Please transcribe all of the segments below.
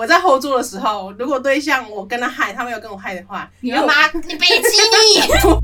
我在后座的时候，如果对象我跟他嗨，他没有跟我嗨的话， 你要妈，你北七你。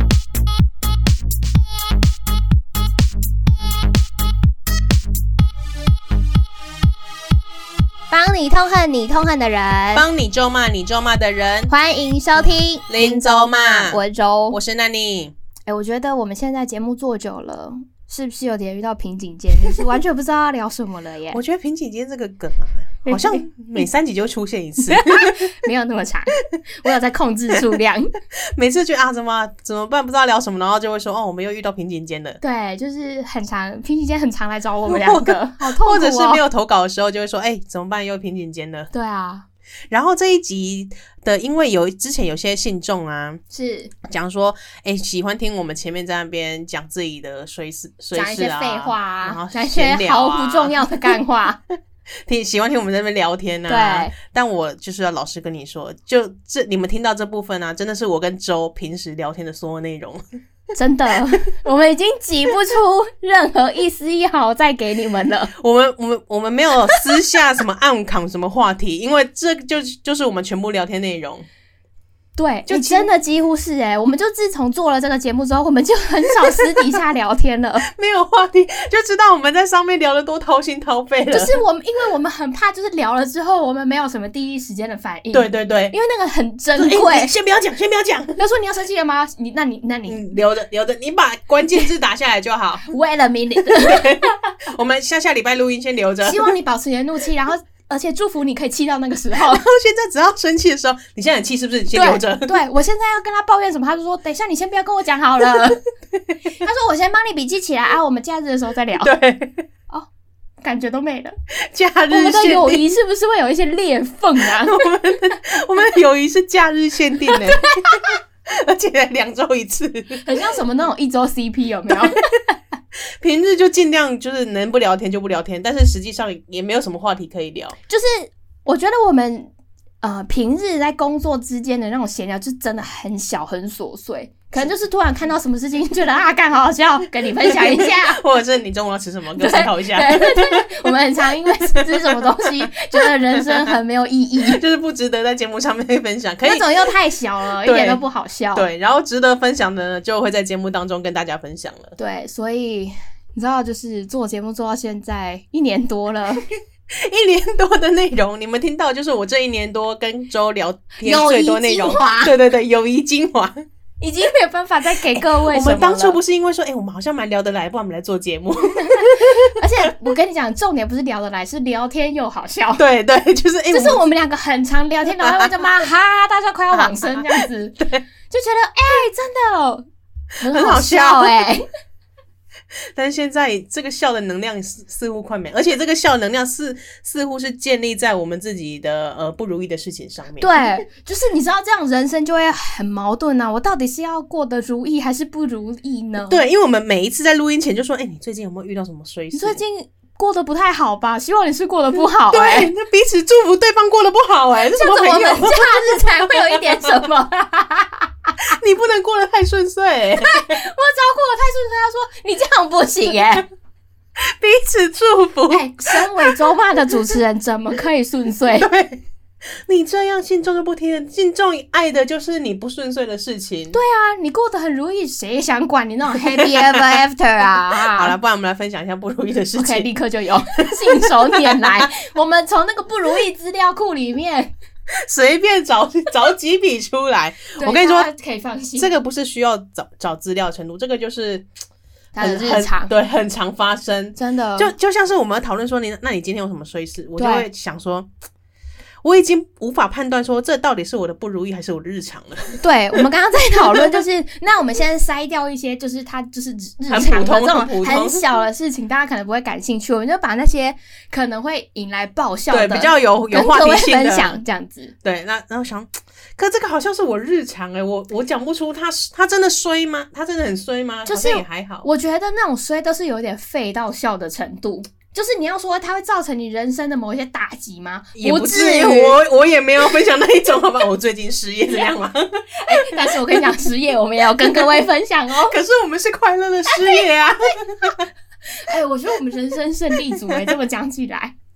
帮你痛恨你痛恨的人， 帮你咒骂你咒骂的人。 欢迎收听林咒骂， 我是周， 我是Nanny。 我觉得我们现在节目做久了，是不是有点遇到瓶颈间，就是完全不知道要聊什么了耶？ 我觉得瓶颈间这个梗啊，好像每3集就出现一次， 没有那么长，我有在控制数量。 每次觉得啊怎么办，不知道聊什么，然后就会说哦，我们又遇到瓶颈间了。 对，就是很长，瓶颈间很常来找我们两个，好痛苦哦。 或者是没有投稿的时候，就会说怎么办，又瓶颈间了。 对啊。 然后这一集的，因为之前有些信众啊， 是讲说，喜欢听我们前面在那边讲自己的衰事啊， 讲一些废话啊， 然后讲一些毫不重要的干话， 喜欢听我们在那边聊天啊。 对， 但我就是要老实跟你说，就你们听到这部分啊，真的是我跟周平时聊天的所有内容。 真的，我们已经挤不出任何一丝一毫再给你们了。 我们没有私下什么暗扛什么话题，因为这就是我们全部聊天内容。 对，就真的几乎是我们就自从做了这个节目之后，我们就很少私底下聊天了。 没有话题，就知道我们在上面聊得多掏心掏肺了。 就是因为我们很怕，就是聊了之后，我们没有什么第一时间的反应。 对对对， 因为那个很珍贵。 先不要讲。 他说你要生气了吗？那你留着，你把关键字打下来就好。 Wait a minute 我们下礼拜录音先留着。 希望你保持你的怒气，然后。而且祝福你可以气到那个时候。 然后现在只要生气的时候，你现在很气是不是？先留着。 对，我现在要跟他抱怨什么，他就说等一下你先不要跟我讲好了。他说我先帮你笔记起来啊，我们假日的时候再聊。 对， 哦，感觉都没了。 假日限定， 我们的友谊是不是会有一些裂缝啊？ 我们的友谊是假日限定的，而且2周一次， 很像什么那种1周 CP 有没有？ 平日就尽量就是能不聊天就不聊天，但是实际上也没有什么话题可以聊。 就是我觉得我们平日在工作之间的那种闲聊，就真的很小很琐碎，可能就是突然看到什么事情，觉得干好好笑，跟你分享一下， 或者是你中午要吃什么，跟我探讨一下。 对，我们很常因为吃什么东西，觉得人生很没有意义， 就是不值得在节目上面分享。可以那种又太小了，一点都不好笑。 对，然后值得分享的呢，就会在节目当中跟大家分享了。 对，所以你知道，就是做节目做到现在1年多了。 1年多的内容，你们听到就是我这1年多跟周聊天最多内容。对，友谊精华已经没有办法再给各位什么了。 我们当初不是因为说我们好像蛮聊得来，不然我们来做节目。 而且我跟你讲，重点不是聊得来，是聊天又好笑。 对，就是就是我们两个很常聊天，然后就骂哈大家快要往生这样子。 对， 就觉得真的很好笑但是现在这个笑的能量似乎快没，而且这个笑的能量似乎是建立在我们自己的不如意的事情上面。 对，就是你知道这样人生就会很矛盾啊，我到底是要过得如意还是不如意呢？ 对，因为我们每一次在录音前就说你最近有没有遇到什么衰事？ 你最近过得不太好吧？希望你是过得不好。 对，那彼此祝福对方过得不好这什么朋友？ 这样子我们假日才会有一点什么。 你不能过得太顺遂。 我只要过得太顺遂，他说你这样不行彼此祝福。 身为周骂的主持人怎么可以顺遂？ 对，你这样信众就不听了，信众爱的就是你不顺遂的事情。 对啊，你过得很如意，谁想管你那种 happy ever after 啊？ 好了，不然我们来分享一下不如意的事情。 OK， 立刻就有信手拈来。我们从那个不如意资料库里面随便找几笔出来。我跟你说， 可以放心， 这个不是需要找资料程度，这个就是很日常， 对，很常发生， 真的。 就像是我们讨论说那你今天有什么衰事，我就会想说，我已经无法判断说这到底是我的不如意还是我的日常了。 对，我们刚刚在讨论就是那我们现在筛掉一些就是它就是日常的这种很小的事情，大家可能不会感兴趣，我们就把那些可能会引来爆笑的， 对，比较有话题性的分享这样子。 对，然后想，可这个好像是我日常我讲不出他真的衰吗？他真的很衰吗？ 就是好像也还好。 我觉得那种衰都是有点废到笑的程度。就是你要说它会造成你人生的某一些打击吗？ 也不至于，我也没有分享那一种，好吧？我最近失业这样吗？ 但是我跟你讲，失业我们也要跟各位分享哦。 可是我们是快乐的失业啊！ 我觉得我们人生胜利组这么讲起来。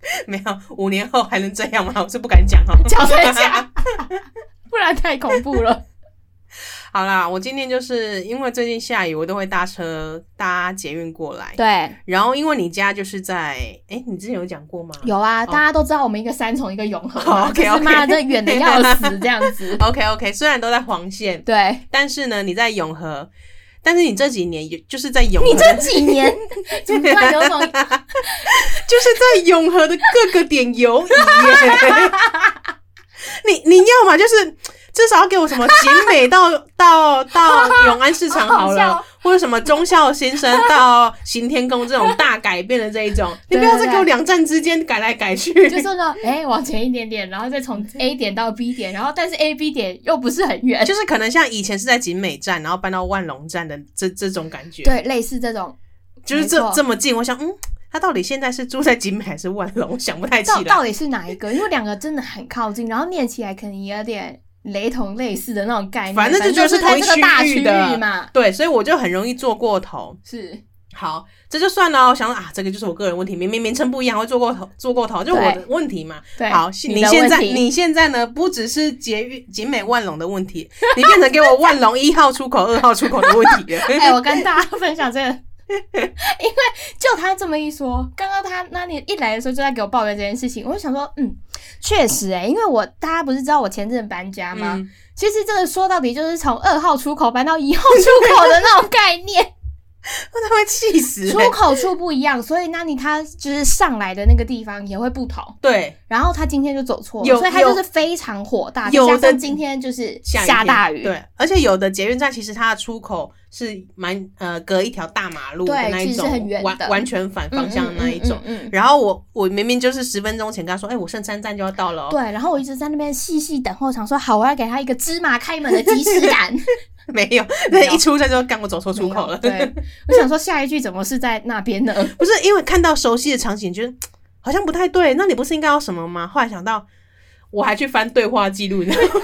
没有，5年后还能这样吗？我是不敢讲哦， 讲一下，不然太恐怖了。 好啦，我今天就是因为最近下雨，我都会搭捷运过来。 对， 然后因为你家就是在，你之前有讲过吗？ 有啊，大家都知道我们一个三重一个永和嘛， OK， 就是妈这远的要死这样子。 OK， 虽然都在黄线， 对， 但是呢，你在永和，但是你这几年就是在永和， 你这几年怎么突然有种就是在永和的各个点游移耶。你要嘛就是至少要给我什么景美到永安市场好了，或者什么忠孝新生到行天宫这种大改变的这一种，你不要再给我2站之间改来改去， 就说呢，往前一点点，然后再从 A 点到 B 点，然后但是 A、B 点又不是很远， 就是可能像以前是在景美站，然后搬到万隆站的这种感觉， 对，类似这种， 就是这么近，我想他到底现在是住在景美还是万隆？想不太起来， 到底是哪一个？因为2个真的很靠近，然后念起来可能也有点雷同类似的那种概念， 反正就是同一在这个大区的域嘛。 对，所以我就很容易坐过头。 是， 好，这就算了。我想说这个就是我个人问题，名称不一样会坐过头，就我的问题嘛。 对， 好，你现在呢，不只是景美万隆的问题，你变成给我万隆1号出口、2号出口的问题了。 我跟大家分享这个。因为就他这么一说，刚刚他那你一来的时候就在给我抱怨这件事情，我就想说，确实因为大家不是知道我前阵搬家吗？其实这个说到底就是从2号出口搬到1号出口的那种概念。 他会气死出口处不一样，所以那他就是上来的那个地方也会不同。 对， 然后他今天就走错了，所以他就是非常火大。加上今天就是下大雨， 对，而且有的捷运站其实它的出口是隔一条大马路的那一种， 对，其实是很远的， 完全反方向的那一种。然后我明明就是10分钟前跟他说，我剩3站就要到了哦。 对，然后我一直在那边细细等候，想说好，我要给他一个芝麻开门的即视感。 没有，那一出站就干我走错出口了。 对，我想说下一句怎么是在那边呢？ 不是因为看到熟悉的场景，觉得好像不太对。那你不是应该要什么吗？后来想到，我还去翻对话记录，你知道吗？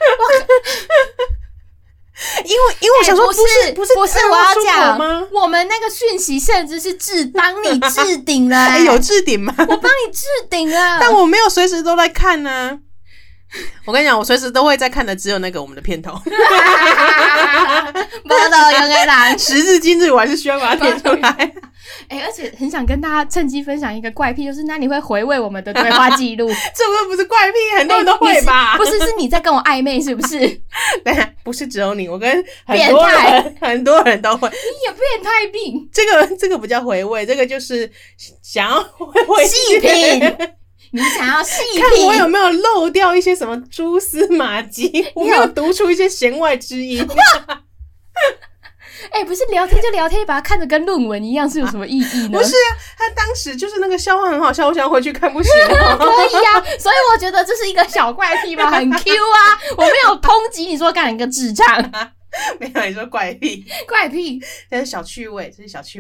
因为我想说，不是我要讲吗？我们那个讯息甚至是帮你置顶了， 有置顶吗？ 我帮你置顶了， 但我没有随时都在看呢。我跟你讲，我随时都会在看的，只有那个我们的片头。 不懂有个人， 时至今日，我还是需要把它点出来。 而且很想跟大家趁机分享一个怪癖，就是那你会回味我们的对话记录？ 这不是怪癖，很多人都会吧？ 不是你在跟我暧昧是不是？ 对，不是只有你，我跟很多人都会。 你有变态病？ 这个不叫回味，这个就是想要回味细品。你想要细品， 看我有没有漏掉一些什么蛛丝马迹，我没有读出一些弦外之音。 不是聊天就聊天，把它看得跟论文一样，是有什么意义呢？ 不是啊，他当时就是那个笑话很好笑，我想回去看不行吗？ 可以啊，所以我觉得这是一个小怪癖嘛，很 Q 啊。我没有抨击你说干一个智障， 没有你说怪癖，这是小趣味，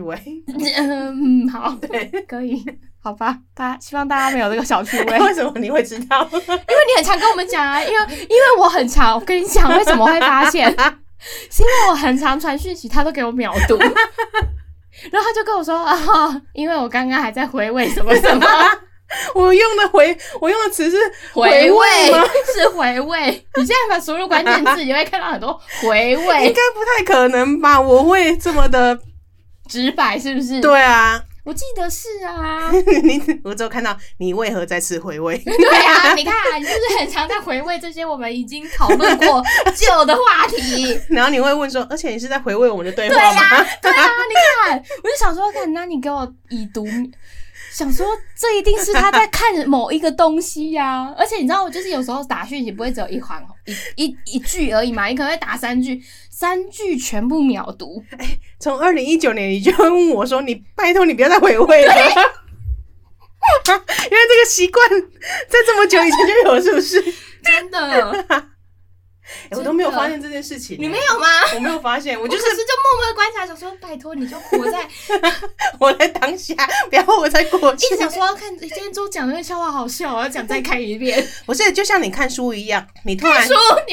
好， 对， 可以。好吧，希望大家没有这个小趣味。 为什么你会知道？ 因为你很常跟我们讲啊，因为我很常，我跟你讲为什么会发现，是因为我很常传讯息，他都给我秒读，然后他就跟我说因为我刚刚还在回味什么什么。 我用的词是回味吗？ 是回味。你现在把输入关键字，你会看到很多回味。 应该不太可能吧？我会这么的直白，是不是？ 对啊。 我记得是啊， 我只有看到你为何在此回味。 对啊，你看，你是不是很常在回味这些我们已经讨论过旧的话题？ 然后你会问说，而且你是在回味我们的对话吗？ 对啊，你看，我就想说，那你给我已读，想说这一定是他在看某一个东西呀。而且你知道，我就是有时候打讯息不会只有一句而已嘛，你可能会打3句全部秒读。 从2019年你就会问我说，你拜托你不要再回味了。原来这个习惯在这么久以前就有，是不是？ 真的。 我都没有发现这件事情。 你没有吗？ 我没有发现，我可是就默默的观察，想说拜托你就活在当下，不要活在过去。 一直想说看今天周讲的那个笑话好笑，我要讲再看一遍。 不是，就像你看书一样，你突然看书，你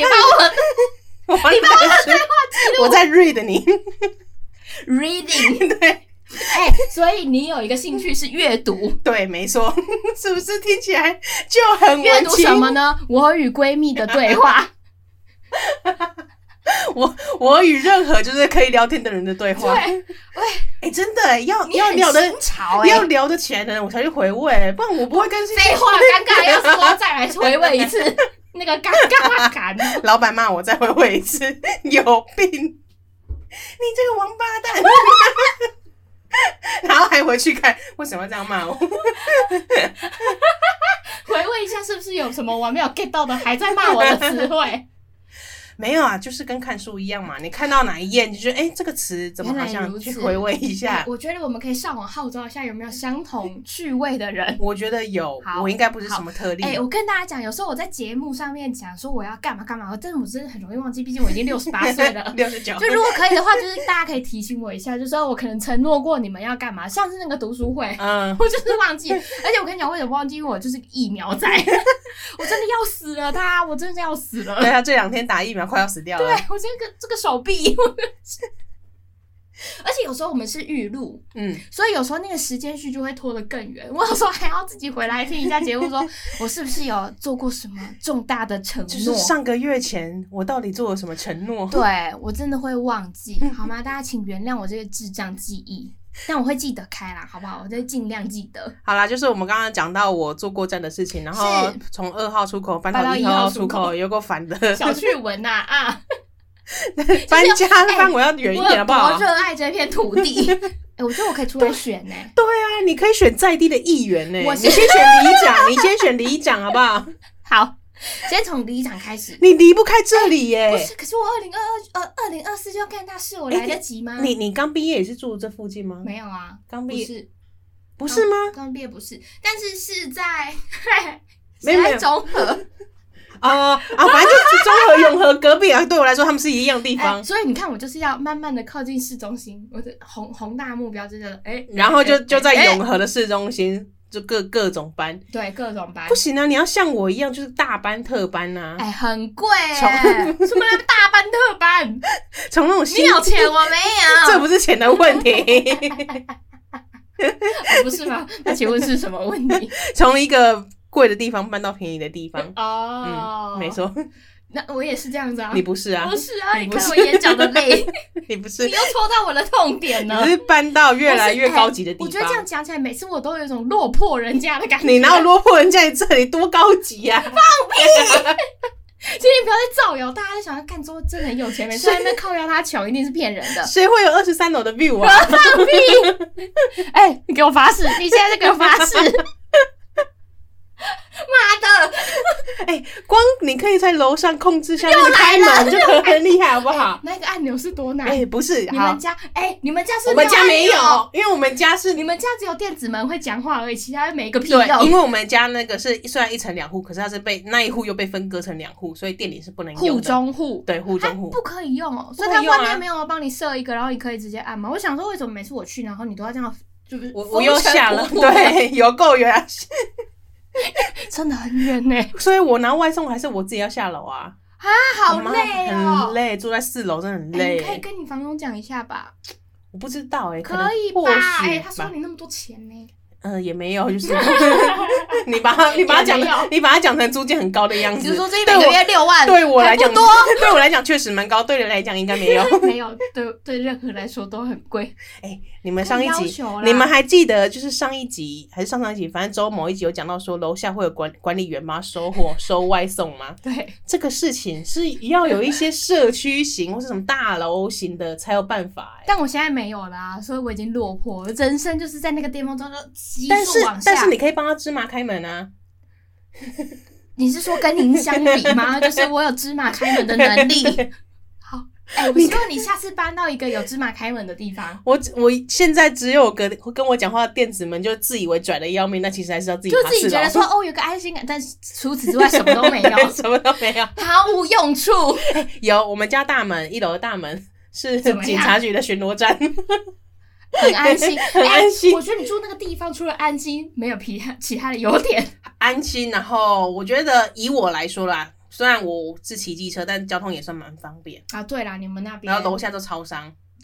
把我的对话记录， 我在 read 你 reading， 对。 所以你有一个兴趣是阅读。 对，没错，是不是听起来就很文青？ 阅读什么呢？我与闺蜜的对话。 我与任何就是可以聊天的人的对话。对，真的要聊的要聊得起来的人，我才去回味，不然我不会跟。 废话，尴尬，要是我再来回味一次，那个尴尬感。 老板骂我再回味一次，有病！你这个王八蛋！然后还回去看，为什么要这样骂我？回味一下，是不是有什么我没有 get 到的，还在骂我的词汇？ 没有啊，就是跟看书一样嘛。你看到哪一页，你就觉得这个词怎么好像去回味一下。 我觉得我们可以上网号召一下，有没有相同趣味的人？ 我觉得有，我应该不是什么特例。 我跟大家讲，有时候我在节目上面讲说我要干嘛干嘛，我真的很容易忘记，毕竟我已经68岁了 ，69。 就如果可以的话，就是大家可以提醒我一下，就是说我可能承诺过你们要干嘛，像是那个读书会，我就是忘记。而且我跟你讲，为什么忘记？因为我就是疫苗仔，我真的要死了，我真的要死了。 对，他这2天打疫苗快要死掉了。 对，我这个手臂。而且有时候我们是预录，所以有时候那个时间序就会拖得更远。我有时候还要自己回来听一下节目，说我是不是有做过什么重大的承诺？ 就是上个月前我到底做了什么承诺？ 对，我真的会忘记，好吗？大家请原谅我这个智障记忆。但我会记得开啦，好不好？我会尽量记得。 好啦，就是我们刚刚讲到我坐过站的事情，然后从2号出口搬到1号出口，有够烦的小趣闻啊！ 搬家搬我要远一点好不好？ 我热爱这片土地。我觉得我可以出来选呢。 对啊，你可以选在地的议员呢。你先选里长，你先选里长好不好？ 好。先从里长开始， 你离不开这里耶。 不是，可是我2024就要干大事，我来得及吗？ 你刚毕业也是住这附近吗？ 没有啊， 刚毕业不是吗？ 刚毕业不是，但是在没有中和反正就是中和永和隔壁啊。对我来说，他们是一样地方。 所以你看，我就是要慢慢的靠近市中心，我的宏大目标就是然后就在永和的市中心。就各种班， 对，各种班不行啊！你要像我一样，就是大班特班啊！ 很贵什么大班特班？ 从那种你有钱，我没有， 这不是钱的问题。 不是吗？那请问是什么问题？ 从一个贵的地方搬到便宜的地方没错。 那我也是这样子啊。 你不是啊？ 不是啊！你看我眼角的泪。 你不是， 你又戳到我的痛点了。 你是搬到越来越高级的地方。 我觉得这样讲起来，每次我都有一种落魄人家的感觉。 你哪有落魄人家？你这里多高级啊！ 放屁！请你不要再造谣，大家都想要看周真的很有钱，每次在那边靠腰他穷，一定是骗人的。 谁会有23楼的 view 啊？ 放屁！你给我发誓！你现在就给我发誓！妈的！ 光你可以在楼上控制下那个开门就很厉害，好不好？ 那个按钮是多难？ 不是， 你们家你们家是我们家没有，因为我们家是你们家只有电子门会讲话而已，其他没个屁用。对，因为我们家那个是虽然1层2户，可是它是被那一户又被分割成2户，所以电铃是不能用的。 户中户， 对，户中户不可以用哦。所以它外面没有帮你设一个，然后你可以直接按吗？我想说，为什么每次我去，然后你都要这样？就是我又下了，对，有够远。 真的很远呢， 所以我拿外送还是我自己要下楼啊！ 好累哦， 很累，住在4楼真的很累。 你可以跟你房东讲一下吧？ 我不知道可以吧？他收你那么多钱呢。 也没有，就是你把它讲成租金很高的样子， 就是说这每个月6万， 对我来讲多， 对我来讲确实蛮高，对人来讲应该没有， 没有，对任何来说都很贵。 你们上一集，你们还记得就是上一集还是上上一集，反正周某一集有讲到说楼下会有管理员吗？收货收外送吗？ 对， 这个事情是要有一些社区型或是什么大楼型的才有办法。 但我现在没有啦，所以我已经落魄了，人生就是在那个巅峰中就但是你可以帮他芝麻开门啊。 你是说跟您相比吗？就是我有芝麻开门的能力。好，我希望你下次搬到一个有芝麻开门的地方。 我现在只有个跟我讲话的电子门，就自以为拽的要命，那其实还是要自己爬4楼， 就自己觉得说有个安心感，但除此之外什么都没有， 什么都没有， 毫无用处。 有我们家大门1楼的大门是警察局的巡逻站。 很安心， 很安心。 我觉得你住那个地方，除了安心，没有其他的优点。 安心，然后我觉得以我来说啦，虽然我是骑机车，但交通也算蛮方便啊。对啦，你们那边， 然后楼下都超商，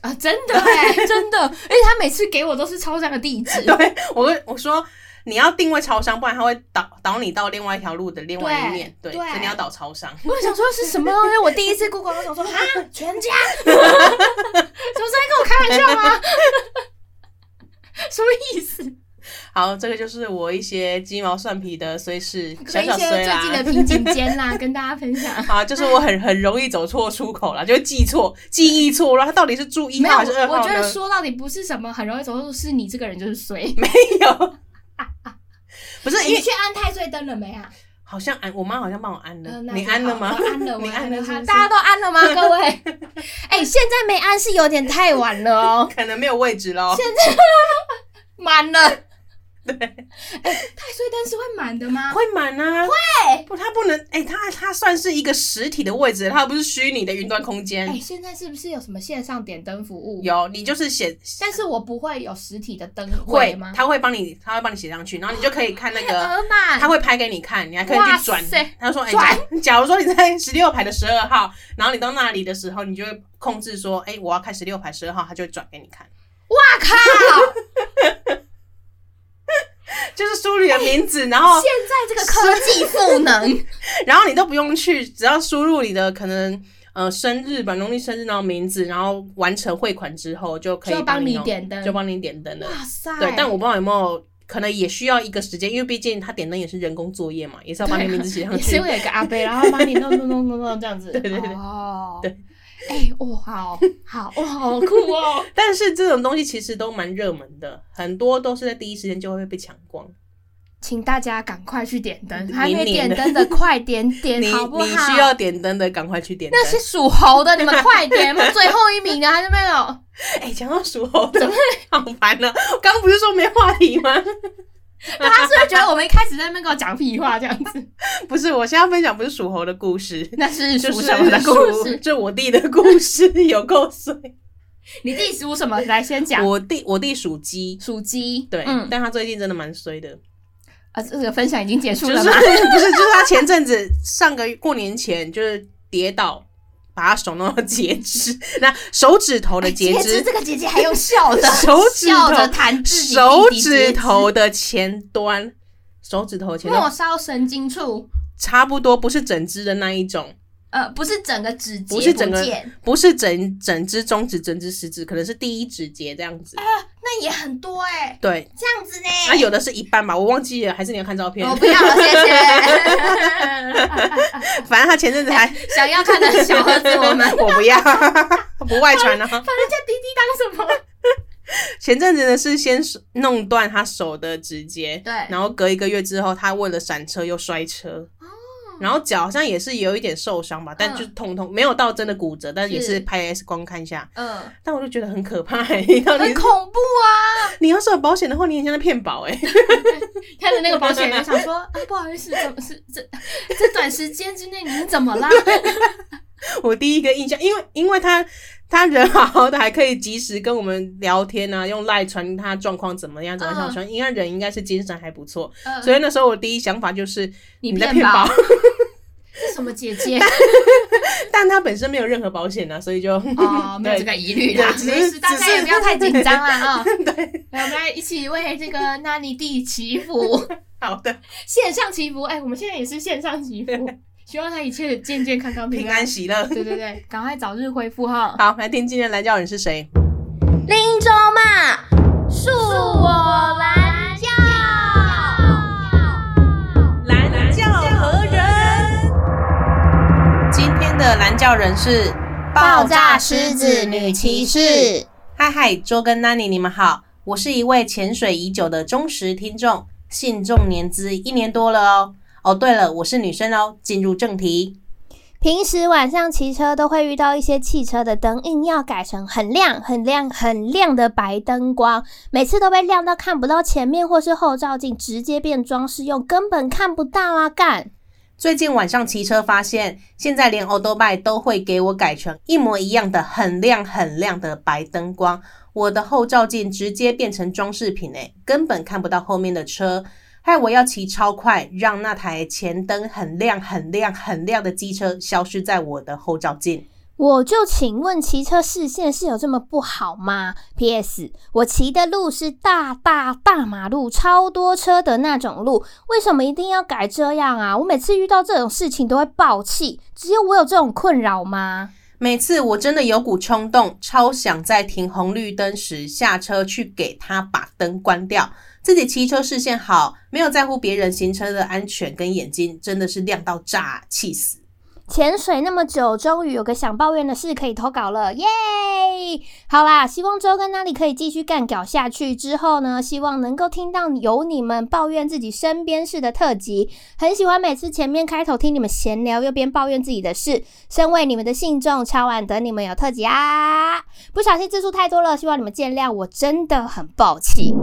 啊，真的哎，真的，而且他每次给我都是超商的地址。 对，我说你要定位超商，不然他会导你到另外一条路的另外一面。对，所以你要导超商。 我想说是什么东西？我第一次 Google， 我想说哈，全家，什么在跟我开玩笑吗？什么意思？ 好，这个就是我一些鸡毛蒜皮的碎事，小小碎啦，最近的瓶颈间啦，跟大家分享。 啊，就是我很容易走错出口啦，就会记忆错，然后他到底是住1号还是2号呢？ 我觉得说到底不是什么很容易走错，是你这个人就是衰。 没有，不是你去安太岁灯了没啊？ 好像我妈好像帮我安了，你安了吗？ 安了， 你安了是不是？ 大家都安了吗？各位，现在没安是有点太晚了哦， 可能没有位置咯。 现在满了。 对， 太岁灯是会满的吗？ 会满啊， 会。 不，它不能，它算是一个实体的位置，它不是虚拟的云端空间。 现在是不是有什么线上点灯服务？ 有，你就是写， 但是我不会有实体的灯位吗？ 他会帮你写上去，然后你就可以看那个， 他会拍给你看，你还可以去转。他说，假如说你在16排的12号，然后你到那里的时候，你就会控制说，我要开16排12号，他就会转给你看。 哇靠！ 就是输入你的名字，然后现在这个科技赋能， 然后你都不用去，只要输入你的可能生日吧，农历生日然后名字，然后完成汇款之后就可以帮你点灯，就帮你点灯了。 哇塞！ 对，但我不知道有没有可能也需要一个时间，因为毕竟他点灯也是人工作业嘛，也是要把你名字写上去， 也是会有一个阿伯，然后帮你弄这样子。 对对对， 对。好酷哦！ 但是这种东西其实都蛮热门的，很多都是在第一时间就会被抢光。 请大家赶快去点灯，还没点灯的快点好不好？ 你需要点灯的赶快去点灯。 那些属猴的你们快点，最后一名的还是没有。 讲到属猴的，怎么好烦呢？我刚不是说没话题吗？ 大家是不是觉得我们一开始在那边跟我讲屁话这样子？ 不是，我现在分享不是属猴的故事， 那是属什么的故事？ 就我弟的故事，有够衰。 你弟属什么？来先讲。 我弟属鸡，对，但他最近真的蛮衰的。 这个分享已经结束了吗？ 就是他前阵子上个过年前就是跌倒，把他手弄到截肢，那手指头的截肢， 这个姐姐还用笑的， 笑着弹自己手指头的前端， 末梢神经处， 差不多不是整只的那一种。 不是整个指节不是整只中指、整只食指，可能是第一指节这样子。 那也很多对， 这样子呢。 有的是一半吧，我忘记了，还是你要看照片？ 我不要了，谢谢。 反正他前阵子还想要看的小盒子， 我不要，不外传啊。 反正叫弟弟当什么？ 前阵子呢是先弄断他手的指节， 对， 然后隔1个月之后，他为了闪车又摔车。然后脚好像也是有一点受伤吧，但就是痛，没有到真的骨折，但也是拍 X 光看一下。但我就觉得很可怕，很恐怖啊！ 你要是有保险的话，你很像在骗保看着那个保险人想说，不好意思，怎么是这短时间之内你怎么啦？ 我第一个印象，因为他人好好的，还可以及时跟我们聊天啊，用 LINE 传他状况怎么样，应该人应该是精神还不错，所以那时候我第一想法就是你在骗保。 是什么姐姐？ 但他本身没有任何保险啊，所以就没有这个疑虑啦。没事，大家也不要太紧张啦对，我们来一起为这个纳尼弟祈福。 好的， 线上祈福，我们现在也是线上祈福。希望他一切健健康康、 平安喜乐。 对，赶快早日恢复哈。 好，来听今天的蓝教人是谁？ 林州嘛，恕我蓝教。 蓝教何人？今天的蓝教人是爆炸狮子女骑士。 嗨，周跟 Nani 你们好，我是一位潜水已久的忠实听众，信众年资1年多了哦。对了，我是女生哦。进入正题， 平时晚上骑车都会遇到一些汽车的灯硬要改成很亮的白灯光，每次都被亮到看不到前面或是后照镜，直接变装饰用，根本看不到啊干！ 最近晚上骑车发现，现在连 Autobike 都会给我改成一模一样的很亮的白灯光，我的后照镜直接变成装饰品根本看不到后面的车。害我要骑超快，让那台前灯很亮的机车消失在我的后照镜。 我就请问骑车视线是有这么不好吗？ PS 我骑的路是大马路，超多车的那种路，为什么一定要改这样啊？我每次遇到这种事情都会爆气，只有我有这种困扰吗？ 每次我真的有股冲动，超想在停红绿灯时下车去给他把灯关掉，自己骑车视线好，没有在乎别人行车的安全跟眼睛，真的是亮到炸，气死。 潜水那么久，终于有个想抱怨的事可以投稿了，耶！好啦，希望周跟哪里可以继续干搞下去，之后呢，希望能够听到有你们抱怨自己身边事的特辑，很喜欢每次前面开头听你们闲聊又边抱怨自己的事，身为你们的信众，超晚等你们有特辑啊！不小心字数太多了，希望你们见谅，我真的很抱歉。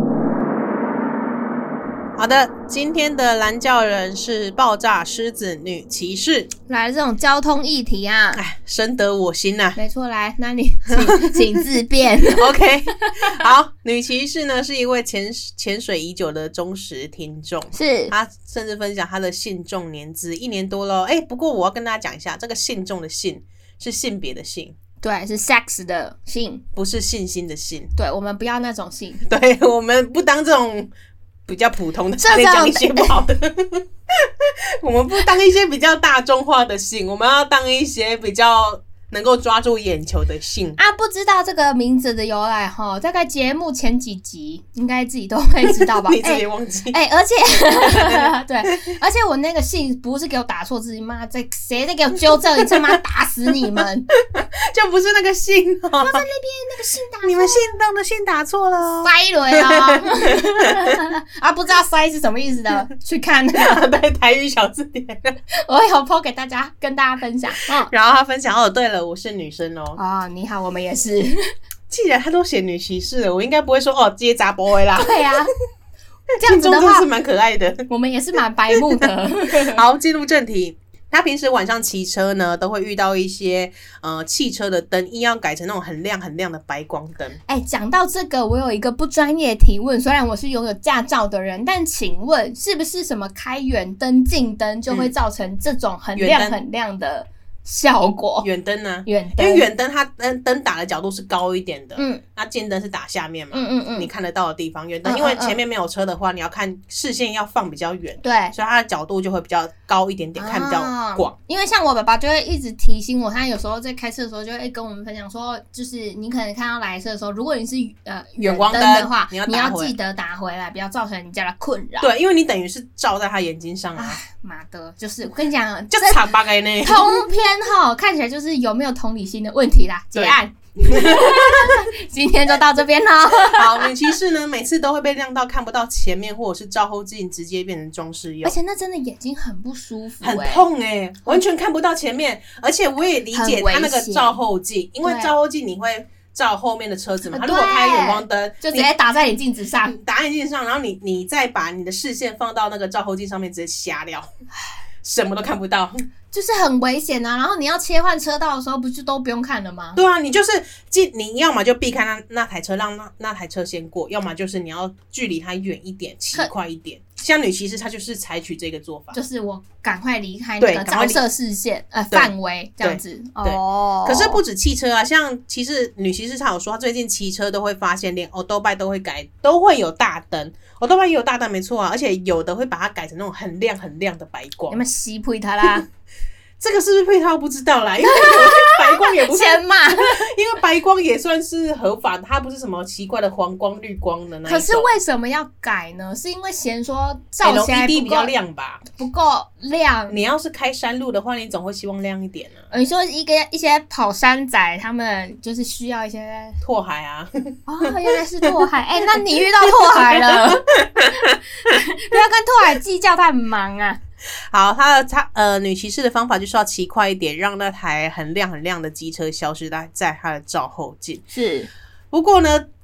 好的，今天的蓝教人是爆炸狮子女骑士， 来这种交通议题啊， 哎，深得我心啊。 没错，来，那你请自辩。 OK， 好，女骑士呢是一位潜水已久的忠实听众， 是她甚至分享她的信众年资1年多了。不过我要跟大家讲一下，这个信众的信是性别的性， 对，是 sex 的性， 不是信心的信。 对，我们不要那种性， 对，我们不当这种比较普通的，差点讲一些不好的。我们不当一些比较大众化的性，我们要当一些比较能够抓住眼球的性啊。不知道这个名字的由来齁，大概节目前几集应该自己都会知道吧？ 你自己忘记？ 而且对，而且我那个信不是给我打错字，妈谁在给我纠正一次，妈打死你们！ 就不是那个信哦， 我在那边那个信打错， 你们信动的信打错了， 塞了啊！啊，不知道塞是什么意思的，去看那个对台语小字典， 我有 po 给大家跟大家分享。 然后他分享对了，我是女生哦。 哦，你好，我们也是。 既然他都写女骑士了，我应该不会说接查波回啦。 对啊，这样子的话是蛮可爱的， 我们也是蛮白目的。 好，进入正题。他平时晚上骑车呢，都会遇到一些汽车的灯硬要改成那种很亮很亮的白光灯。 讲到这个，我有一个不专业提问，虽然我是拥有驾照的人，但请问是不是什么开远灯、近灯就会造成这种很亮很亮的效果？ 远灯呢？ 远灯， 因为远灯它灯打的角度是高一点的， 嗯， 那近灯是打下面嘛， 嗯， 你看得到的地方，远灯因为前面没有车的话，你要看视线要放比较远， 对， 所以它的角度就会比较高一点点，看比较广。 因为像我爸爸就会一直提醒我，他有时候在开车的时候就会跟我们分享说，就是你可能看到来车的时候，如果你是远灯的话，你要记得打回来，不要造成人家的困扰。 对，因为你等于是照在他眼睛上啊。 妈的，就是我跟你讲， 就惨八个呢。 通篇看起来就是有没有同理心的问题啦。结案。今天就到这边了。 好，女骑士呢，每次都会被亮到看不到前面，或者是照后镜直接变成装饰用， 而且那真的眼睛很不舒服， 很痛完全看不到前面。而且我也理解他那个照后镜，因为照后镜你会照后面的车子嘛，他如果开远光灯， 就直接打在你镜子上， 打在你镜子上，然后你再把你的视线放到那个照后镜上面，直接瞎掉，什么都看不到。 就是很危险啊！然后你要切换车道的时候，不就都不用看了吗？ 对啊，你就是你要么就避开那台车，让那台车先过，要么就是你要距离它远一点，骑快一点。像女骑士，她就是采取这个做法， 就是我赶快离开那个照射视线范围这样子。 哦，可是不止汽车啊，像女骑士她有说，她最近骑车都会发现，连 Autobike 都会有大灯，Autobike 也有大灯没错啊，而且有的会把它改成那种很亮很亮的白光。 有没有吸配它啦？ 这个是不是配套不知道啦，因为白光也不是钱嘛， 因为白光也算是合法的，它不是什么奇怪的黄光、绿光的那一种。 可是为什么要改呢？是因为嫌说照起来 LED 比较亮吧？ 不够亮。 你要是开山路的话，你总会希望亮一点啊。 你说一些跑山仔，他们就是需要一些拓海啊。 哦，原来是拓海。那你遇到拓海了，不要跟拓海计较，他很忙啊。 好，女骑士的方法就是要骑快一点，让那台很亮很亮的机车消失在她的照后镜。 是， 不过呢，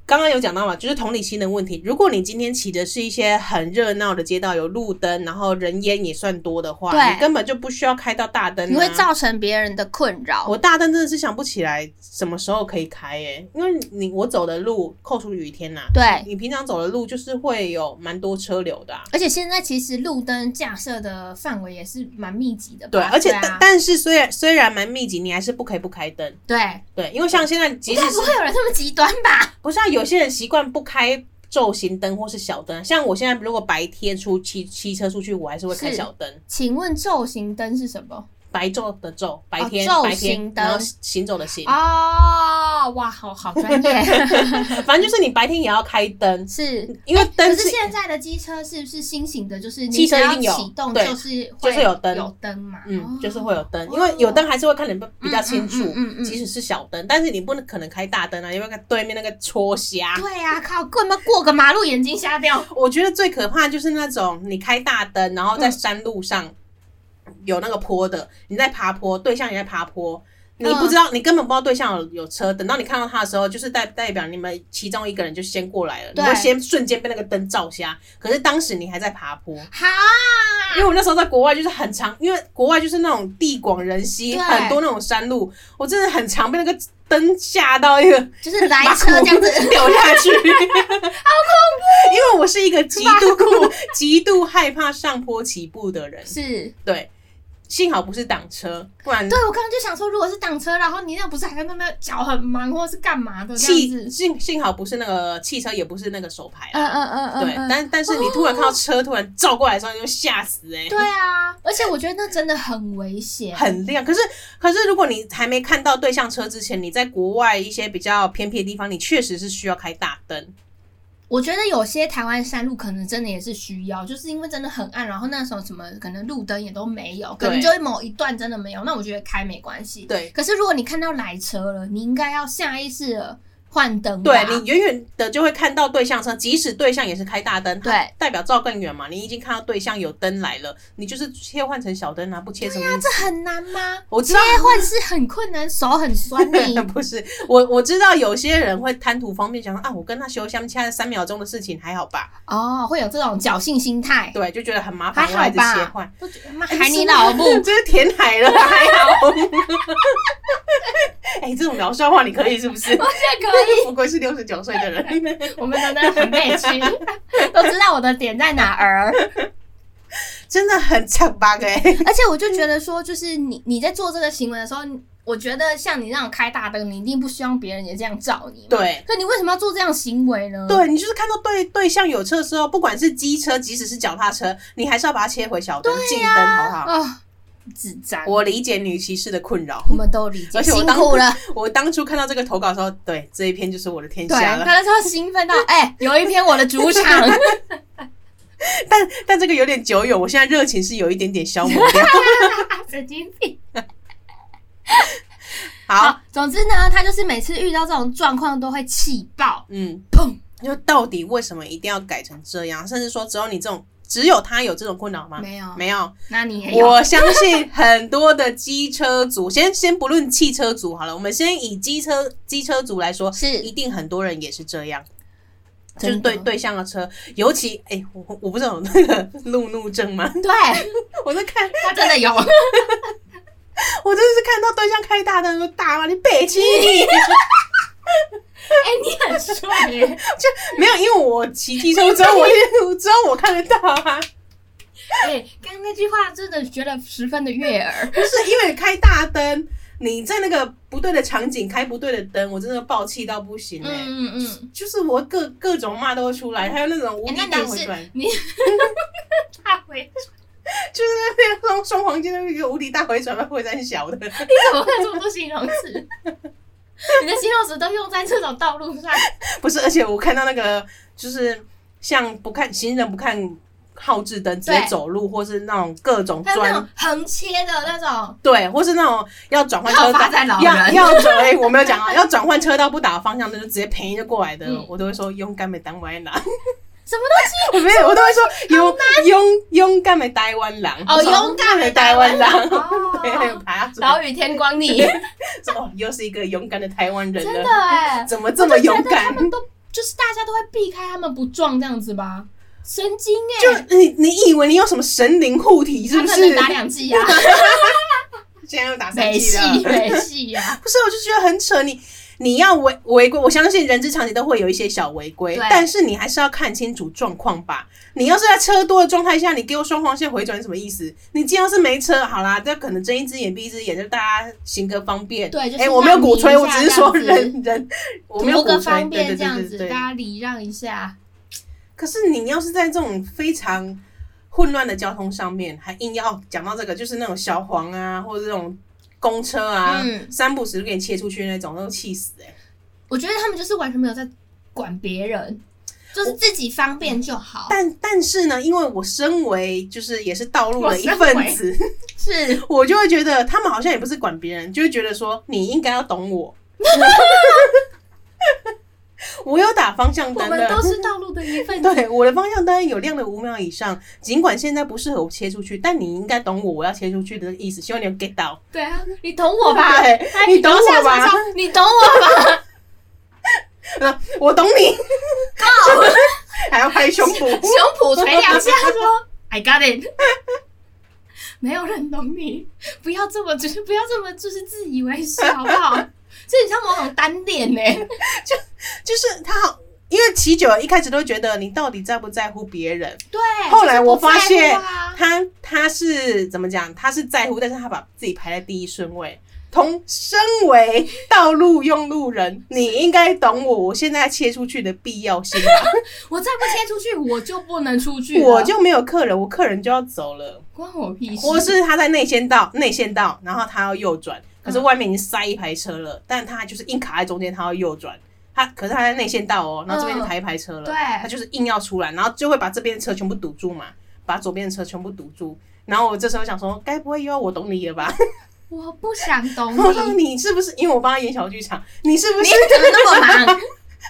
刚刚有讲到嘛，就是同理心的问题。如果你今天骑的是一些很热闹的街道，有路灯，然后人烟也算多的话，你根本就不需要开到大灯， 你会造成别人的困扰。 我大灯真的是想不起来什么时候可以开因为我走的路，扣除雨天对， 你平常走的路就是会有蛮多车流的而且现在其实路灯架设的范围也是蛮密集的吧。 对，而且但是虽然蛮密集，你还是不可以不开灯。对，因为像现在即使是不会有人这么极端吧？ 不是有些人习惯不开昼行灯或是小灯，像我现在如果白天骑车出去，我还是会开小灯。 请问昼行灯是什么？ 白昼的昼，白天昼行灯， 然后行走的行。 哇，好专业。 反正就是你白天也要开灯， 是因为灯可是现在的机车是不是新型的？就是汽车一定有启动，就是有灯， 有灯嘛。 就是会有灯，因为有灯还是会看得比较清楚，即使是小灯，但是你不可能开大灯因为对面那个戳瞎。 对啊，靠，根本过个马路眼睛瞎掉。 我觉得最可怕的就是那种你开大灯，然后在山路上。有那个坡的，你在爬坡，对象也在爬坡，你不知道，你根本不知道对象有车，等到你看到他的时候，就是代表你们其中一个人就先过来了，你会先瞬间被那个灯照瞎，可是当时你还在爬坡。因为我那时候在国外就是很长，因为国外就是那种地广人稀，很多那种山路，我真的很常被那个灯吓到一个， 就是来车这样子掉下去，好恐怖！因为我是一个极度害怕上坡起步的人， 是对。幸好不是挡车，不然对我刚刚就想说，如果是挡车，然后你那不是还在那边脚很忙，或是干嘛的这样子？ 幸好不是那个汽车，也不是那个手牌对，但是你突然看到车突然照过来的时候，你就吓死对啊，而且我觉得那真的很危险， 很亮。可是如果你还没看到对向车之前，你在国外一些比较偏僻的地方，你确实是需要开大灯。 我觉得有些台湾山路可能真的也是需要，就是因为真的很暗，然后那时候什么可能路灯也都没有，可能就某一段真的没有，那我觉得开没关系。 对， 可是如果你看到来车了，你应该要下意识的换灯。 对，你远远的就会看到对向车，即使对向也是开大灯， 对， 代表照更远嘛。你已经看到对向有灯来了，你就是切换成小灯不切什么意思？ 这很难吗？ 我知道切换是很困难，手很酸的。 不是，我知道有些人会贪图方便，想说我跟他修相差3秒钟的事情还好吧？ 会有这种侥幸心态， 对，就觉得很麻烦，我还是切换。 海你老母， 这是填海了，还好。这种老笑话你可以是不是？ 我现在可以， 不愧是69岁的人， 我们真的很内屈，都知道我的点在哪儿。 真的很惨吧而且我就觉得说，就是你在做这个行为的时候，我觉得像你那种开大灯，你一定不希望别人也这样照你。 对， 所以你为什么要做这样行为呢？ 对，你就是看到对向有车的时候，不管是机车，即使是脚踏车，你还是要把它切回小灯、近灯，好不好？ 智障！ 我理解女骑士的困扰， 我们都理解， 而且辛苦了。 我当初看到这个投稿的时候，对这一篇就是我的天下了。 对，他那时候兴奋到，有一篇我的主场。 但这个有点久远，我现在热情是有一点点消磨掉。 神经病。 好， 总之呢，他就是每次遇到这种状况都会气爆， 砰！就到底为什么一定要改成这样？甚至说只有他有这种困扰吗？没有， 那你也有。 我相信很多的机车族，先不论汽车族好了，我们先以机车族来说， 是一定很多人也是这样。就是对向的车，尤其我不是有那个路怒症吗？ 对， 我在看， 他真的有。 我真的是看到对象开大灯，说大妈你北七你。 你很帅耶！ 就没有，因为我骑机车之后，我看得到啊。 刚刚那句话真的觉得十分的悦耳。 不是因为开大灯，你在那个不对的场景开不对的灯，我真的爆气到不行就是我各种骂都会出来，还有那种无敌大回转， 大回转。 就是那边双黄金的一个无敌大回转，会在小的。 你怎么会这么多形容词？你的形容词都用在这种道路上？ 不是，而且我看到那个就是像行人不看号志灯，直接走路，或是那种各种砖横切的那种， 对，或是那种要转换车道，我没有讲要转换车道不打方向灯就直接平就过来的，我都会说勇敢的台湾人。 什么东西？我都会说勇敢的台湾人。 勇敢的台湾人。 对， 岛屿天光你。 又是一个勇敢的台湾人了。 真的怎么这么勇敢？ 他们都就是大家都会避开他们不撞这样子吧？神经就你以为你有什么神灵护体是不是？ 他可能打2剂啊， 现在又打3剂了， 没戏啊！ 不是，我就觉得很扯，你要违规，我相信人之常情都会有一些小违规，但是你还是要看清楚状况吧。你要是在车多的状态下，你给我双黄线回转是什么意思？你既然是没车，好啦，这可能睁一只眼闭一只眼，就大家行个方便。 对，就是我没有鼓吹，我只是说人，我没有鼓吹， 方便这样子，大家礼让一下。 可是你要是在这种非常混乱的交通上面，还硬要讲到这个，就是那种小黄啊，或者这种公车啊，3不5时就给你切出去那种，都气死我觉得他们就是完全没有在管别人，就是自己方便就好。 但是呢，因为我身为就是也是道路的一份子， 是我就会觉得他们好像也不是管别人，就会觉得说你应该要懂我。我有打方向灯的， 我们都是道路的一份子。 对，我的方向灯有亮了5秒以上，尽管现在不适合我切出去，但你应该懂我要切出去的意思，希望你有 get 到。 对啊，你懂我吧？ 对，你懂我吧？ 你懂我吧？ 我懂你。还要拍胸脯， 胸脯捶2下，说 I got it。没有人懂你，不要这么就是自以为是，好不好？这很像某种单恋就是他好，因为骑久了，一开始都会觉得你到底在不在乎别人。 对。 后来我发现他是怎么讲？他是在乎，但是他把自己排在第1顺位。身为道路用路人，你应该懂我现在切出去的必要性吧？ 我再不切出去，我就不能出去了， 我就没有客人，我客人就要走了， 关我屁事。 或是他在内线道，然后他要右转，可是外面已经塞一排车了，但他就是硬卡在中间，他要右转。可是他在内线道然后这边就排一排车了， 对， 他就是硬要出来，然后就会把这边的车全部堵住嘛，把左边的车全部堵住。然后我这时候想说，该不会又要我懂你了吧？ 我不想懂你。 我说你是不是因为我帮他演小剧场？你是不是你怎么那么忙？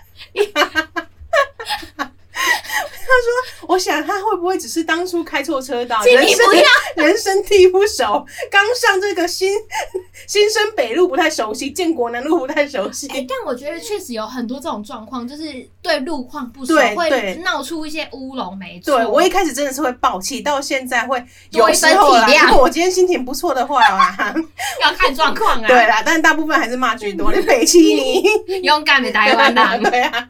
他说：“我想他会不会只是当初开错车道， 人生地不熟，刚上这个新生北路不太熟悉，建国南路不太熟悉。 但我觉得确实有很多这种状况，就是对路况不熟，会闹出一些乌龙。没错， 对我一开始真的是会爆气，到现在会有时候啦，如果我今天心情不错的话啦， 要看状况啊。 对啦，但是大部分还是骂居多。你北七你勇敢的台湾人， 对啊。”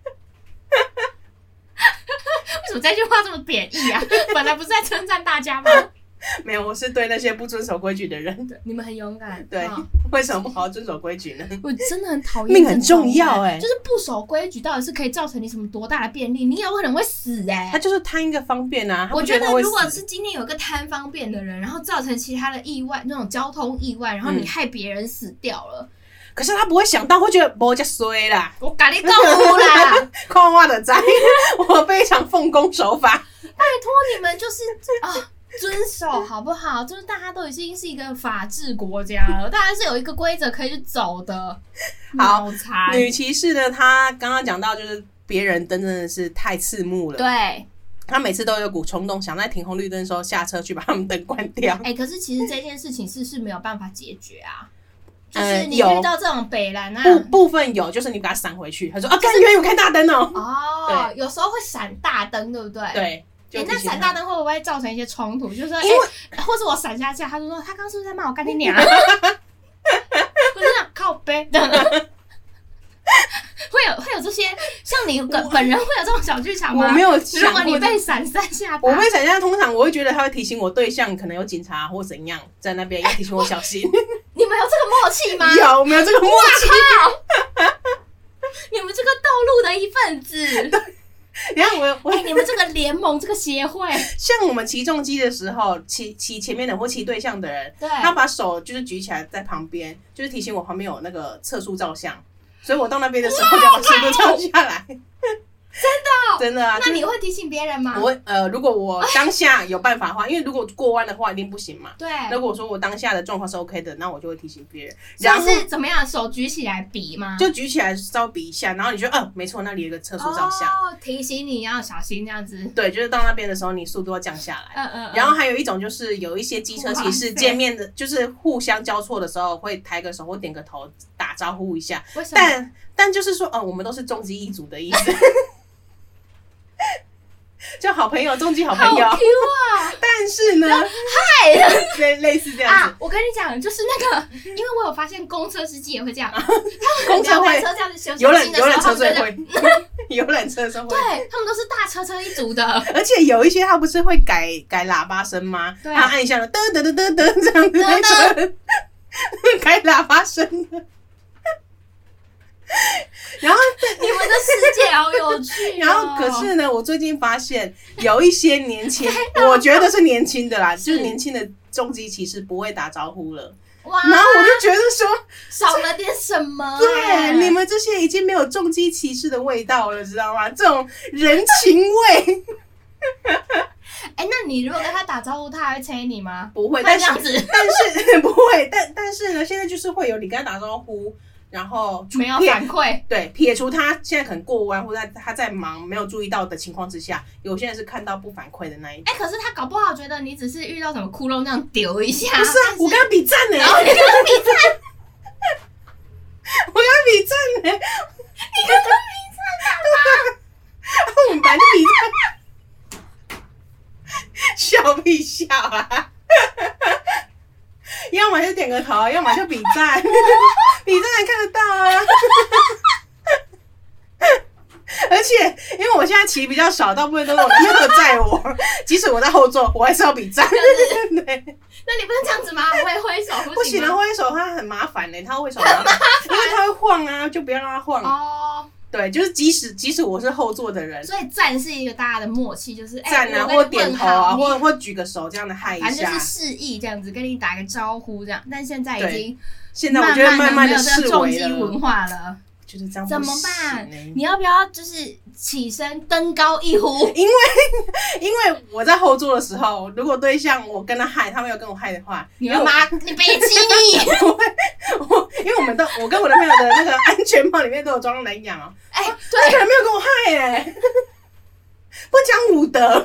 为什么这句话这么贬义啊？本来不是在称赞大家吗？ 没有，我是对那些不遵守规矩的人。 你们很勇敢。 对，为什么不好好遵守规矩呢？ 我真的很讨厌。 命很重要就是不守规矩到底是可以造成你什么多大的便利？你有可能会死他就是贪一个方便啊。 我觉得如果是今天有一个贪方便的人，然后造成其他的意外，那种交通意外，然后你害别人死掉了。 可是他不会想到，会觉得没这么衰啦。 我跟你讲啦， 看我就知，我非常奉公守法。 拜托你们就是遵守好不好？就是大家都已经是一个法治国家了，大家是有一个规则可以去走的。 好，女骑士呢，她刚刚讲到就是别人灯真的是太刺目了。 对。 他每次都有股冲动，想在停红绿灯的时候下车去把他们灯关掉。 可是其实这件事情是没有办法解决啊。就是你遇到这种北蓝部分有，就是你把它闪回去，他说干原来有开大灯哦。有时候会闪大灯，对不对？ 对。 那闪大灯会不会造成一些冲突？就是说，或者我闪下架，他就说他刚是不是在骂我干你娘？我就想靠背。会有这些，像你本人会有这种小剧场吗？ 我没有想过。 如果你被闪3下， 我被闪下，通常我会觉得他会提醒我对象可能有警察或怎样在那边，要提醒我小心。 你们有这个默契吗？ 有，没有这个默契？ 你们这个道路的一份子。 你看你们这个联盟，这个协会， 像我们骑重机的时候，骑前面的或骑对象的人，他把手就是举起来在旁边，就是提醒我旁边有那个测速照相。所以我到那边的时候就把速度降下来。 真的啊。 那你会提醒别人吗？ 如果我当下有办法的话，因为如果过弯的话一定不行嘛。 对。 如果说我当下的状况是 OK 的，那我就会提醒别人。 然后是怎么样？手举起来比吗？ 就举起来稍微比一下，然后你就没错，那里有一个车速照相， 提醒你要小心这样子。 对，就是到那边的时候你速度要降下来。然后还有一种就是有一些机车骑士见面的，就是互相交错的时候会抬个手或点个头打招呼一下。 为什么？ 但就是说我们都是重机一族的意思。就好朋友，重机好朋友， 好 Q 啊！ 但是呢， 嗨， 类似这样子。 我跟你讲，就是那个，因为我有发现公车司机也会这样， 公车会， 车这样子游览车最会，游览车会， 对他们都是大车一族的。 而且有一些他不是会改喇叭声吗？他按一下了，噔噔噔噔噔这样子那种，改喇叭声的。然后你们的世界好有趣。 然后可是呢，我最近发现有一些年轻，我觉得是年轻的啦，就是年轻的重机骑士不会打招呼了。哇！然后我就觉得说少了点什么。 对，你们这些已经没有重机骑士的味道了，知道吗？这种人情味。 那你如果跟他打招呼，他还会催你吗？ 不会， 但是不会，但是呢，现在就是会有你跟他打招呼。然后没有反馈， 对，撇除他现在可能过弯或者他在忙没有注意到的情况之下，有些人是看到不反馈的那一种。 可是他搞不好觉得你只是遇到什么窟窿这样丢一下。 不是啊，我跟他比赞呢。 然后你跟他比赞， 我跟他比赞呢。 你跟他比赞干嘛？ 我们班比赞，笑屁笑啊！要么就点个头，要么就比赞，比赞还看得到啊！而且因为我现在骑比较少，大部分都是我男朋友载我，即使我在后座，我还是要比赞。对， 那你不能这样子吗？我也挥手不行啊，挥手他很麻烦他挥手很麻烦，因为他会晃啊，就不要让他晃。哦。对，就是即使我是后座的人， 所以赞是一个大家的默契，就是赞啊，或点头啊，或举个手这样的嗨一下， 反正就是示意这样子，跟你打个招呼这样。但现在已经现在我觉得慢慢的没有重机文化了， 就是这样。 怎么办？你要不要就是起身登高一呼？ 因为我在后座的时候，如果对象我跟他嗨，他没有跟我嗨的话， 你妈，你北七你！ 因为我跟我男朋友的那个安全帽里面都有装蓝牙哦。 对， 他可能没有跟我嗨不讲武德，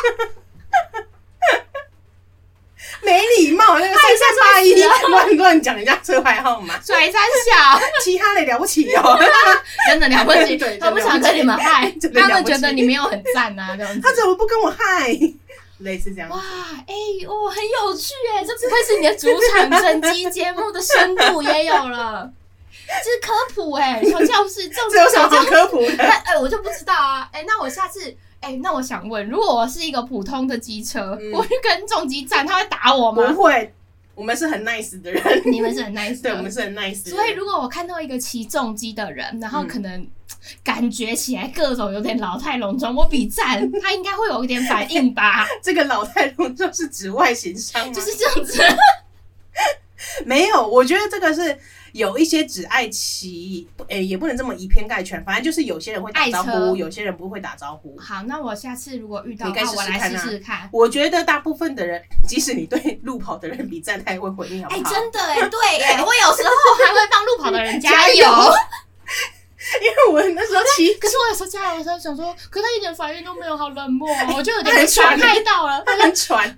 没礼貌，那个3381乱讲人家车牌号码， 甩三小， 其他的了不起哦， 真的了不起，他不想跟你们嗨，他们觉得你没有很赞啊，这样子。 他怎么不跟我嗨？类似这样子。 哇，很有趣这不愧是你的主场，整集节目的深度也有了。这是科普小教室， 这有什么好科普的？ 我就不知道啊。那我下次那我想问，如果我是一个普通的机车，我去跟重机站，他会打我吗？ 不会，我们是很 nice 的人。 你们是很 nice 的， 对，我们是很 nice 的。 所以如果我看到一个骑重机的人，然后可能感觉起来各种有点老态龙钟，我比赞，他应该会有一点反应吧？ 这个老态龙钟是指外形上吗？ 就是这样子。 没有，我觉得这个是有一些只爱骑，也不能这么以偏概全，反正就是有些人会打招呼，有些人不会打招呼。 好，那我下次如果遇到的话，我来试试看。 我觉得大部分的人，即使你对路跑的人比赞，他也会回应，好不好？ 真的对我有时候还会帮路跑的人加油。 因为我那时候骑， 可是我有时候加油的时候想说，可他一点反应都没有，好冷漠我就有点被伤害到了。 他很喘，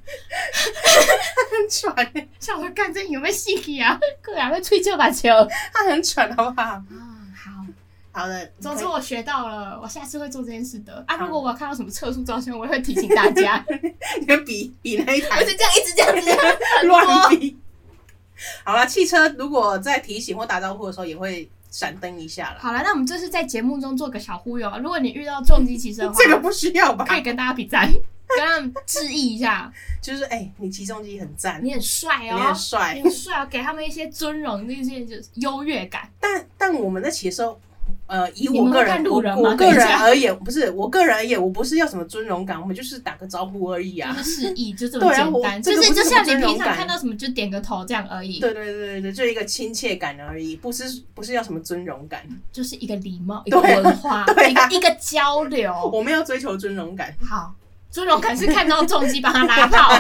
像我干这有没有戏气啊？个人会吹球打球， 他很喘，好不好？好的。 总之我学到了，我下次会做这件事的啊。如果我看到什么测速照相，我也会提醒大家。 你就比那一台， 我是这样一直这样子乱比。好啦，汽车如果在提醒或打招呼的时候，也会闪灯一下了。 好了，那我们这是在节目中做个小忽悠。如果你遇到重机骑车的话， 这个不需要吧？ 可以跟大家比赞，跟他们致意一下。 就是你骑重机很赞， 你很帅你很帅， 给他们一些尊荣，那些就是优越感。 但我们在骑的时候， 以我个人，我个人而言，不是我个人而言，我不是要什么尊荣感，我们就是打个招呼而已啊， 就是示意，就这么简单，就是就像你平常看到什么就点个头这样而已。 对对对对，就一个亲切感而已，不是要什么尊荣感， 就是一个礼貌，一个文化，一个交流。 我们要追求尊荣感。 好，尊荣感是看到重机帮他拉炮。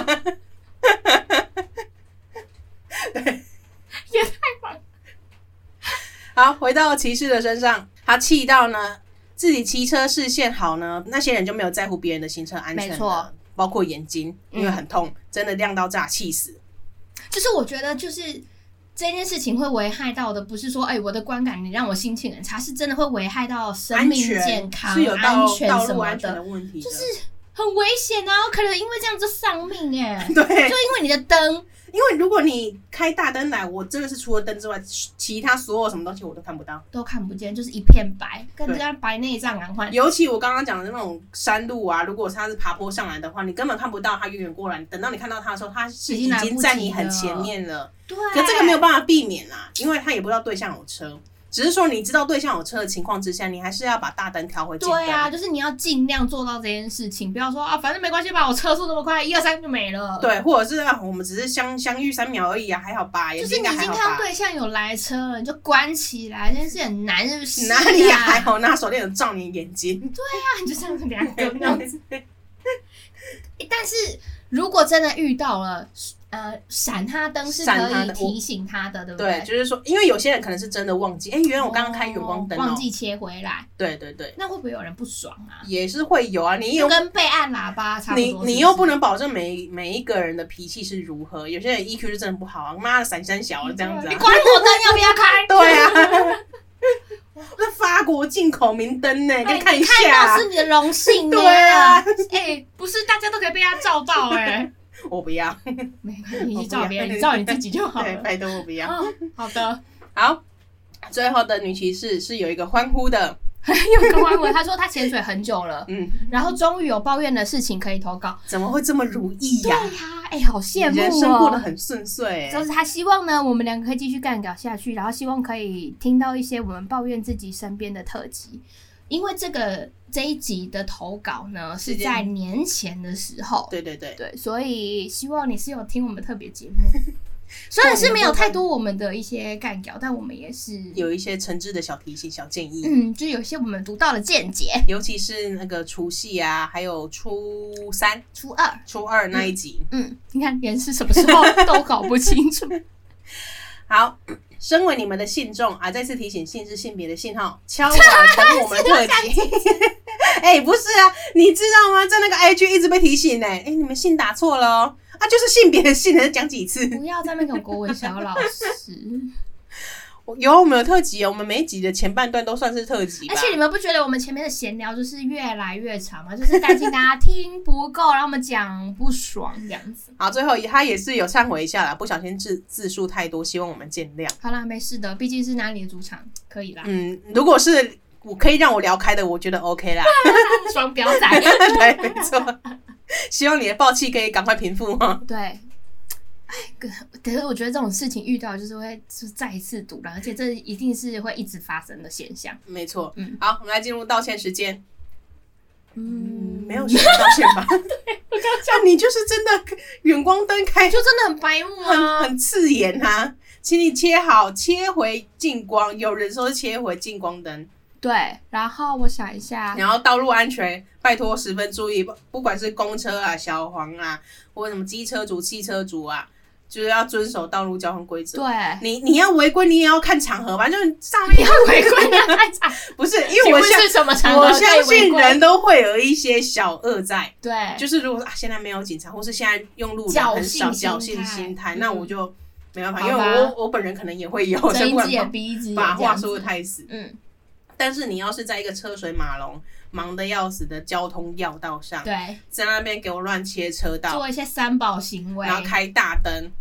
对， 也太棒了。 好，回到骑士的身上，他气到呢，自己骑车视线好呢，那些人就没有在乎别人的行车安全了，没错，包括眼睛，因为很痛，真的亮到炸，气死。 就是我觉得，就是这件事情会危害到的，不是说我的观感你让我心情很差，是真的会危害到生命健康、 是有安全什么安全的问题的， 就是很危险啊！可能因为这样就丧命对，就因为你的灯。 因为如果你开大灯来，我真的是除了灯之外，其他所有什么东西我都看不到， 都看不见，就是一片白，跟这样白内障啊！ 尤其我刚刚讲的那种山路啊，如果它是爬坡上来的话，你根本看不到它远远过来，等到你看到它的时候，它是已经在你很前面了。 对， 可这个没有办法避免啊，因为它也不知道对向有车。只是说你知道对向有车的情况之下，你还是要把大灯调回近灯。 对啊，就是你要尽量做到这件事情，不要说反正没关系吧，我车速那么快，1、2、3就没了。 对，或者是我们只是相遇3秒而已啊，还好吧， 就是你已经看到对象有来车了，你就关起来，这件事很难，是不是？ 哪里还好？拿手电筒照你眼睛。 对啊，你就这样子2个这样子。但是如果真的遇到了。闪他灯是可以提醒他的，对不对？ 对，就是说，因为有些人可能是真的忘记，原来我刚刚开远光灯， 忘记切回来。 对对对， 那会不会有人不爽啊？ 也是会有啊，你就跟被按喇叭差不多。 你又不能保证每一个人的脾气是如何，有些人 EQ 就真的不好啊，妈的闪三小这样子啊， 你关我灯要不要开？ 对啊。那法国进口明灯呢？你看一下， 看到是你的荣幸。 对啊， 不是大家都可以被他照到我不要， 没关系，你去照别人，你照你自己就好了。 对，拜托我不要。 好的， 好，最后的女骑士是有一个欢呼的， 有一个欢呼，她说她潜水很久了，然后终于有抱怨的事情可以投稿， 怎么会这么如意呀？ 对呀，好羡慕哦， 人生过得很顺遂。 就是她希望呢，我们2个可以继续干搞下去，然后希望可以听到一些我们抱怨自己身边的特辑。因为这一集的投稿呢是在年前的时候，对，所以希望你是有听我们特别节目，虽然是没有太多我们的一些干稿，但我们也是有一些诚挚的小提醒、小建议， 就有一些我们独到的见解， 尤其是那个除夕啊，还有初3、初二那一集， 你看连是什么时候都搞不清楚。 好。身为你们的信众啊，再次提醒，性是性别的信号，敲碗等我们的特辑。不是啊，你知道吗？在那个 IG 一直被提醒你们信打错了哦，就是性别的信，能讲几次？ 不要在那边给我国文小老师。 我们有特辑哦，我们每一集的前半段都算是特辑吧。 而且你们不觉得我们前面的闲聊就是越来越长吗？就是担心大家听不够，然后我们讲不爽这样子。 好，最后他也是有忏悔一下啦，不小心字数太多，希望我们见谅。 好啦，没事的，毕竟是哪里的主场，可以啦。 如果是我可以让我聊开的，我觉得 OK 啦。 双标仔。 对，没错。希望你的暴气可以赶快平复哦。 对。可是我觉得这种事情遇到就是会再一次堵了，而且这一定是会一直发生的现象。 没错。好，我们来进入道歉时间。没有什么道歉吧？ 对，我刚讲你就是真的远光灯开， 就真的很白目啊， 很刺眼啊。请你切好，切回近光。有人说是切回近光灯。 对，然后我想一下， 然后道路安全，拜托十分注意，不管是公车啊、小黄啊，或者什么机车族、汽车族啊。就是要遵守道路交通规则。 对， 你要违规，你也要看场合吧。就是上面要违规，你要看场合。 不是，因为我相信人都会有一些小恶在。 对， 就是如果现在没有警察，或是现在用路人很少侥幸心态，那我就没办法，因为我本人可能也会有，所以不能把话说的太死。但是你要是在一个车水马龙、忙得要死的交通要道上， 对， 在那边给我乱切车道， 做一些三宝行为， 然后开大灯，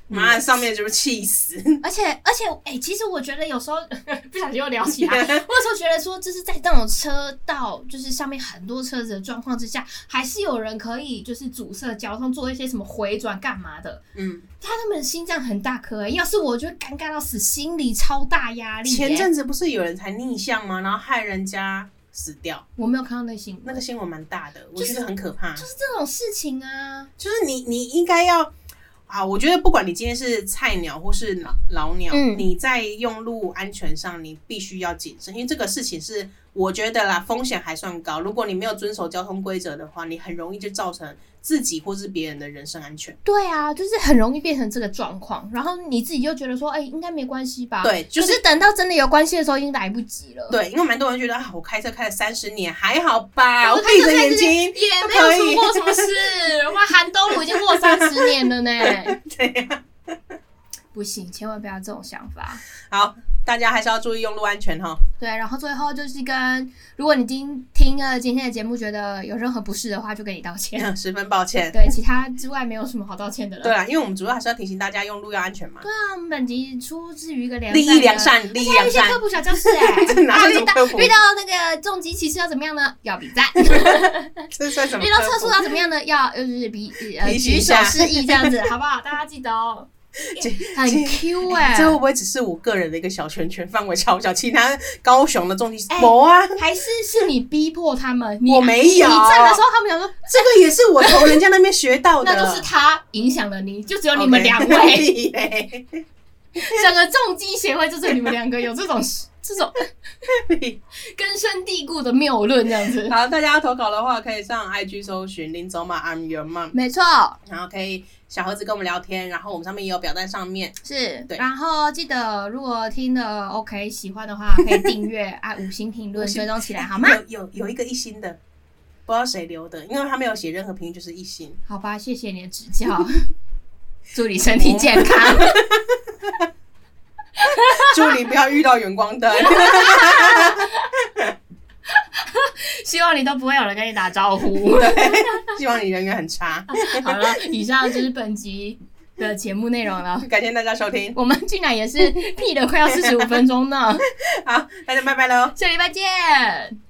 妈的，上面就是气死。 而且，其实我觉得有时候不小心又聊起来，我有时候觉得说，就是在那种车道，就是上面很多车子的状况之下，还是有人可以就是阻塞交通，做一些什么回转干嘛的。他们的心脏很大颗要是我就会尴尬到死，心里超大压力。 前阵子不是有人才逆向吗？然后害人家死掉。 我没有看到那新闻， 那个新闻蛮大的，我觉得很可怕。 就是这种事情啊， 就是你应该要。啊，我觉得不管你今天是菜鸟或是老鸟，你在用路安全上你必须要谨慎，因为这个事情是我觉得啦，风险还算高。如果你没有遵守交通规则的话，你很容易就造成自己或是别人的人身安全。 对啊，就是很容易变成这个状况，然后你自己就觉得说，应该没关系吧？ 对， 可是等到真的有关系的时候，已经来不及了。 对，因为蛮多人觉得啊，我开车开了30年，还好吧，我闭着眼睛也没有出过什么事。我们韩东鲁已经过30年了呢。 对呀。 不行，千万不要这种想法。 好，大家还是要注意用路安全齁。 对，然后最后就是如果你听了今天的节目觉得有任何不适的话，就跟你道歉。 十分抱歉。 对，其他之外没有什么好道歉的了。 对啊，因为我们主要还是要提醒大家用路要安全嘛。 对啊，我们本集出自于一个利益良善。 一些科普小教室遇到那个重机骑士要怎么样呢？要比赞。 这算什么？ 遇到测速要怎么样呢？要就是举手示意这样子，好不好？大家记得哦。很 Q 这会不会只是我个人的一个小圈圈，范围超小？其他高雄的重机没啊？ 还是你逼迫他们？ 我没有。 你站的时候，他们想说这个也是我从人家那边学到的。 那就是他影响了你，就只有你们2位。整个重机协会就只有你们2个有这种根深蒂固的谬论这样子。 好，大家要投稿的话，可以上 IG 搜寻林走马 I'm your mom。 没错。 然后可以小盒子跟我们聊天，然后我们上面也有表单上面。 是， 对。 然后记得如果听的 OK 喜欢的话，可以订阅按5星评论追踪起来好吗？ 有一个1星的，不知道谁留的，因为他没有写任何评论，就是1星。 好吧，谢谢你的指教。祝你身体健康。 祝你不要遇到远光灯。 希望你都不会有人跟你打招呼。 对，希望你人缘很差。 好了，以上就是本集的节目内容了。 感谢大家收听。 我们竟然也是屁了快要45分钟呢。 好，大家拜拜喽， 下礼拜见。